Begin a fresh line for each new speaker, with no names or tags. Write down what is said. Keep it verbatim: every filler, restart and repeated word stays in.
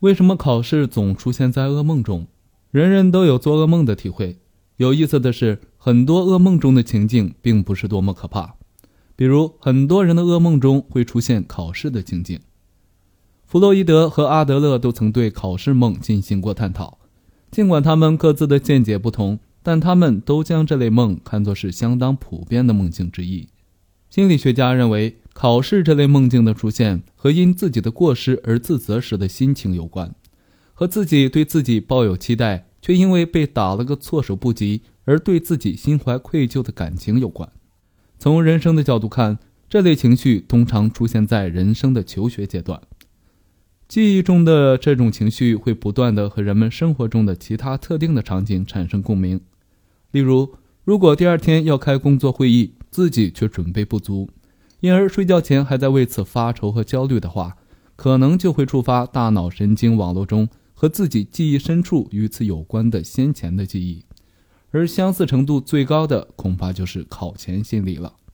为什么考试总出现在噩梦中？人人都有做噩梦的体会。有意思的是，很多噩梦中的情境并不是多么可怕。比如，很多人的噩梦中会出现考试的情境。弗洛伊德和阿德勒都曾对考试梦进行过探讨。尽管他们各自的见解不同，但他们都将这类梦看作是相当普遍的梦境之一。心理学家认为，考试这类梦境的出现和因自己的过失而自责时的心情有关，和自己对自己抱有期待，却因为被打了个措手不及而对自己心怀愧疚的感情有关。从人生的角度看，这类情绪通常出现在人生的求学阶段。记忆中的这种情绪会不断地和人们生活中的其他特定的场景产生共鸣。例如，如果第二天要开工作会议，自己却准备不足，因而睡觉前还在为此发愁和焦虑的话，可能就会触发大脑神经网络中和自己记忆深处与此有关的先前的记忆，而相似程度最高的恐怕就是考前心理了。